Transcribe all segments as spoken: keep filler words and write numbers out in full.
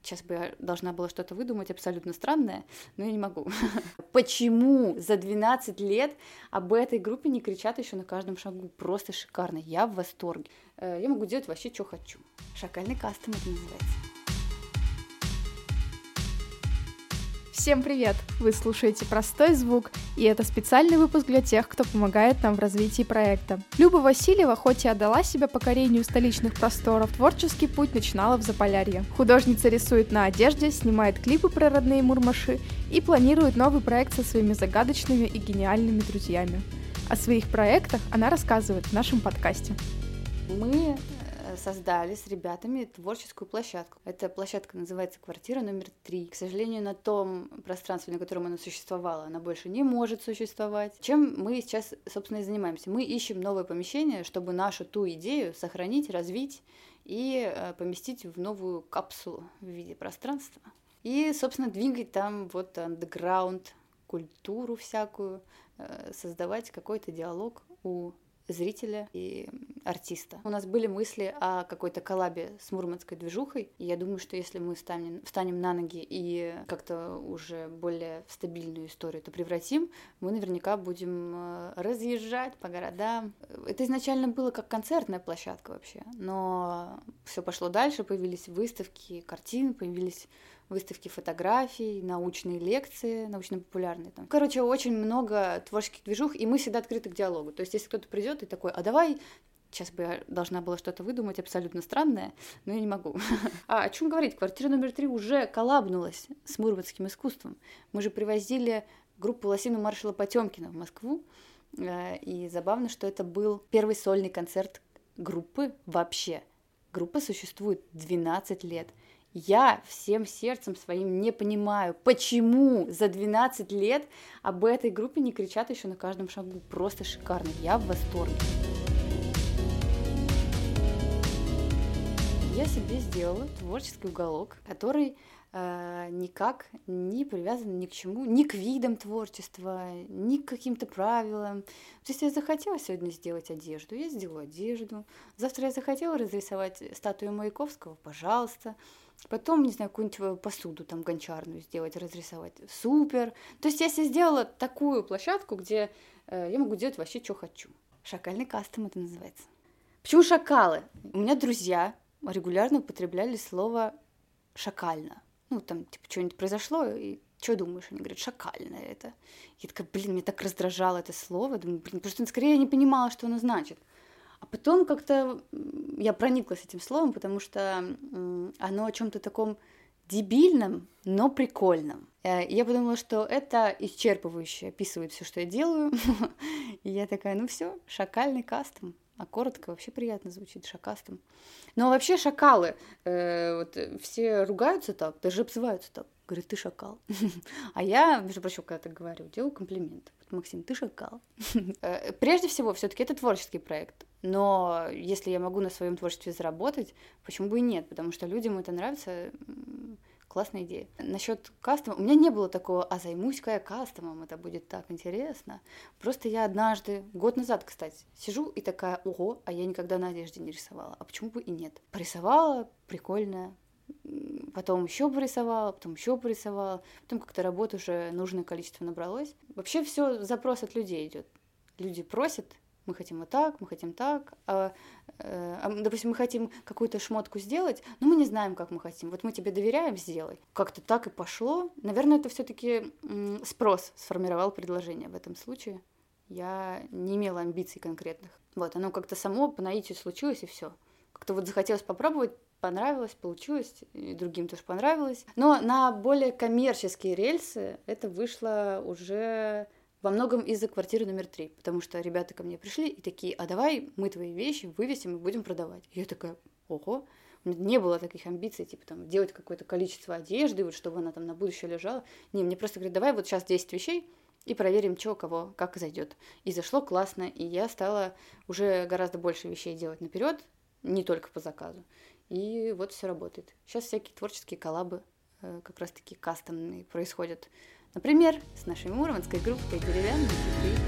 сейчас бы я должна была что-то выдумать абсолютно странное, но я не могу. Почему за двенадцать лет об этой группе не кричат еще на каждом шагу? Просто шикарно, я в восторге. Я могу делать вообще, что хочу. Шакальный кастом это называется. Всем привет! Вы слушаете «Простой звук», и это специальный выпуск для тех, кто помогает нам в развитии проекта. Люба Васильева, хоть и отдала себя покорению столичных просторов, творческий путь начинала в Заполярье. Художница рисует на одежде, снимает клипы про родные Мурмаши и планирует новый проект со своими загадочными и гениальными друзьями. О своих проектах она рассказывает в нашем подкасте. Мы создали с ребятами творческую площадку. Эта площадка называется «Квартира номер три». К сожалению, на том пространстве, на котором она существовала, она больше не может существовать. Чем мы сейчас, собственно, и занимаемся? Мы ищем новое помещение, чтобы нашу ту идею сохранить, развить и поместить в новую капсулу в виде пространства. И, собственно, двигать там вот андеграунд, культуру всякую, создавать какой-то диалог у зрителя и артиста. У нас были мысли о какой-то коллабе с мурманской движухой, и я думаю, что если мы встанем, встанем на ноги и как-то уже более в стабильную историю это превратим, мы наверняка будем разъезжать по городам. Это изначально было как концертная площадка вообще, но все пошло дальше, появились выставки картин, появились выставки фотографий, научные лекции, научно-популярные там. Короче, очень много творческих движух, и мы всегда открыты к диалогу. То есть, если кто-то придет и такой, а давай, сейчас бы я должна была что-то выдумать абсолютно странное, но я не могу. А о чем говорить? Квартира номер три уже коллабнулась с мурманским искусством. Мы же привозили группу Лосину Маршала Потёмкина в Москву, и забавно, что это был первый сольный концерт группы вообще. Группа существует двенадцать лет. Я всем сердцем своим не понимаю, почему за двенадцать лет об этой группе не кричат еще на каждом шагу. Просто шикарно, я в восторге. Я себе сделала творческий уголок, который э, никак не привязан ни к чему, ни к видам творчества, ни к каким-то правилам. То есть я захотела сегодня сделать одежду, я сделаю одежду. Завтра я захотела разрисовать статую Маяковского, пожалуйста. Потом, не знаю, какую-нибудь посуду там гончарную сделать, разрисовать. Супер! То есть я себе сделала такую площадку, где э, я могу делать вообще, что хочу. Шакальный кастом это называется. Почему шакалы? У меня друзья регулярно употребляли слово «шакально». Ну, там, типа, что-нибудь произошло, и что думаешь? Они говорят, шакальное это. Я такая, блин, меня так раздражало это слово. Думаю, блин, просто скорее я не понимала, что оно значит. А потом как-то я прониклась этим словом, потому что оно о чем-то таком дебильном, но прикольном. И я подумала, что это исчерпывающе описывает все, что я делаю. И я такая, ну все, шакальный кастом. А коротко вообще приятно звучит, шакастом. Но вообще шакалы, э, вот, все ругаются так, даже обзываются так. Говорят, ты шакал. А я, между прочим, когда так говорю, делаю комплимент. Максим, ты шакал. Прежде всего, все-таки это творческий проект. Но если я могу на своем творчестве заработать, почему бы и нет? Потому что людям это нравится. Классная идея. Насчет кастома, у меня не было такого, а займусь-ка я кастомом, это будет так интересно. Просто я однажды, год назад, кстати, сижу и такая, ого, а я никогда на одежде не рисовала. А почему бы и нет? Порисовала, прикольно. Потом еще порисовала, потом еще порисовала. Потом как-то работы уже нужное количество набралось. Вообще все запрос от людей идет. Люди просят, мы хотим вот так, мы хотим так. А, а, допустим, мы хотим какую-то шмотку сделать, но мы не знаем, как мы хотим. Вот мы тебе доверяем, сделай. Как-то так и пошло. Наверное, это все-таки спрос сформировал предложение в этом случае. Я не имела амбиций конкретных. Вот, оно как-то само по наитию случилось, и все. Как-то вот захотелось попробовать, понравилось, получилось, и другим тоже понравилось. Но на более коммерческие рельсы это вышло уже во многом из-за квартиры номер три, потому что ребята ко мне пришли и такие, а давай мы твои вещи вывесим и будем продавать. И я такая, ого, у меня не было таких амбиций, типа там делать какое-то количество одежды, вот, чтобы она там на будущее лежала. Не, мне просто говорят, давай вот сейчас десять вещей и проверим, что, кого, как зайдет. И зашло классно, и я стала уже гораздо больше вещей делать наперед, не только по заказу. И вот все работает. Сейчас всякие творческие коллабы, э, как раз-таки кастомные, происходят. Например, с нашей мурманской группой «Деревянные цветы».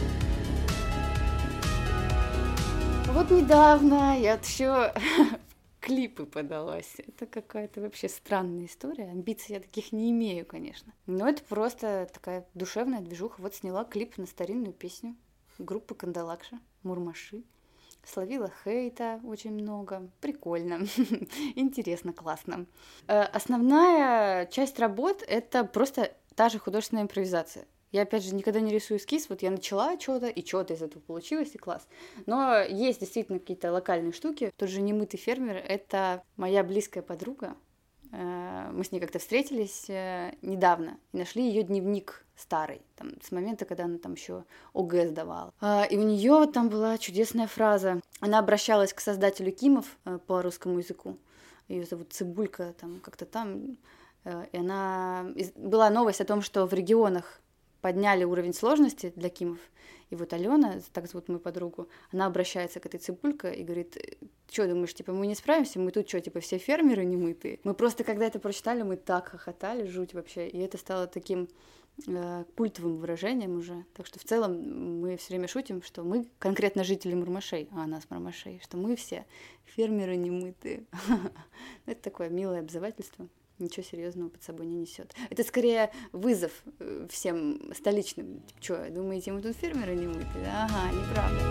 Вот недавно я еще клипы подалась. Это какая-то вообще странная история. Амбиций я таких не имею, конечно. Но это просто такая душевная движуха. Вот сняла клип на старинную песню группы Кандалакша «Мурмаши». Словила хейта очень много. Прикольно. Интересно, классно. Основная часть работ — это просто та же художественная импровизация. Я, опять же, никогда не рисую эскиз, вот я начала что-то, и что-то из этого получилось, и класс. Но есть действительно какие-то локальные штуки. Тот же «Немытый фермер» — это моя близкая подруга. Мы с ней как-то встретились недавно и нашли ее дневник старый, там, с момента, когда она там еще ОГЭ сдавала. И у нее там была чудесная фраза. Она обращалась к создателю Кимов по русскому языку. Ее зовут Цибулька, там как-то там. И она... Была новость о том, что в регионах подняли уровень сложности для Кимов. И вот Алена, так зовут мою подругу, она обращается к этой Цибульке и говорит: что, думаешь, типа, мы не справимся? Мы тут что, типа, все фермеры немытые? Мы просто, когда это прочитали, мы так хохотали, жуть вообще. И это стало таким э, культовым выражением уже. Так что в целом мы все время шутим, что мы конкретно жители Мурмашей, а она с Мурмашей, что мы все фермеры немытые. Это такое милое обзывательство. Ничего серьезного под собой не несет. Это скорее вызов всем столичным. Типа, что, думаете, мы тут фермеры не мытые? Ага, неправда.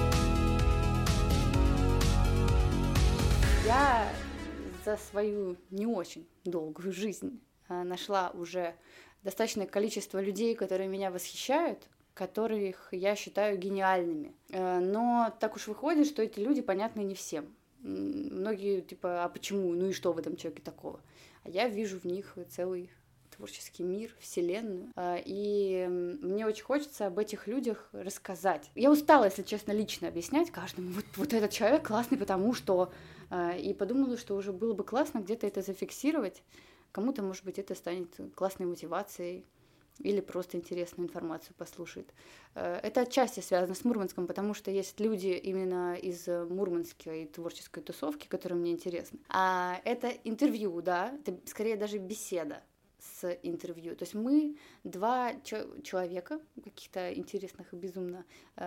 Я за свою не очень долгую жизнь нашла уже достаточное количество людей, которые меня восхищают, которых я считаю гениальными. Но так уж выходит, что эти люди понятны не всем. Многие типа: а почему? Ну и что в этом человеке такого? А я вижу в них целый творческий мир, вселенную. И мне очень хочется об этих людях рассказать. Я устала, если честно, лично объяснять каждому: вот, вот этот человек классный, потому что... И подумала, что уже было бы классно где-то это зафиксировать. Кому-то, может быть, это станет классной мотивацией или просто интересную информацию послушает. Это отчасти связано с Мурманском, потому что есть люди именно из мурманской творческой тусовки, которые мне интересны. А это интервью, да, это скорее даже беседа с интервью. То есть мы два ч- человека, каких-то интересных и безумно,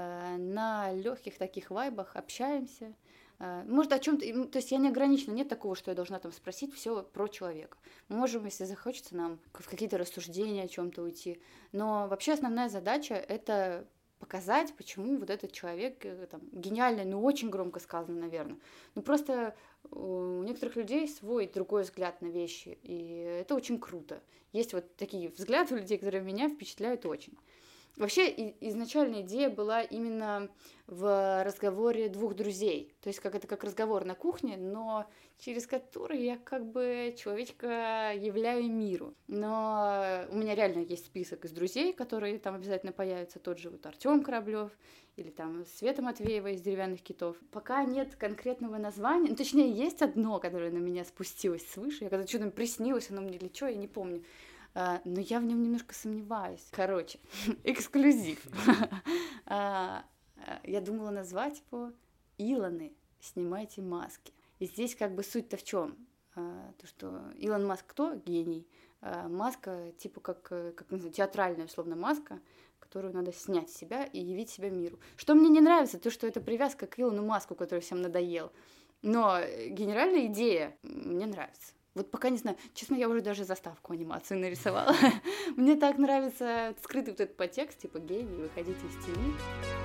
на легких таких вайбах общаемся. Может, о чем-то... То есть я не ограничена, нет такого, что я должна там спросить все про человека. Мы можем, если захочется, нам в какие-то рассуждения о чем-то уйти. Но вообще основная задача — это показать, почему вот этот человек там, гениальный, ну, очень громко сказано, наверное. Ну, просто у некоторых людей свой другой взгляд на вещи, и это очень круто. Есть вот такие взгляды у людей, которые меня впечатляют очень. Вообще, изначальная идея была именно в разговоре двух друзей. То есть, как это как разговор на кухне, но через который я как бы человечка являю миру. Но у меня реально есть список из друзей, которые там обязательно появятся. Тот же вот Артём Кораблёв или там Света Матвеева из «Деревянных китов». Пока нет конкретного названия. Ну, точнее, есть одно, которое на меня спустилось свыше. Я когда что-то приснилось, оно мне для чего, я не помню. Uh, но я в нем немножко сомневаюсь. Короче, эксклюзив. uh, я думала назвать его «Илоны, снимайте маски». И здесь как бы суть-то в чем? Uh, то, что Илон Маск кто? Гений. Uh, маска типа как, как не знаю, театральная, условно, маска, которую надо снять с себя и явить себя миру. Что мне не нравится, то, что это привязка к Илону Маску, который всем надоел. Но генеральная идея мне нравится. Вот пока не знаю, честно, я уже даже заставку анимации нарисовала. Мне так нравится скрытый вот этот подтекст, типа гений, выходите из тени.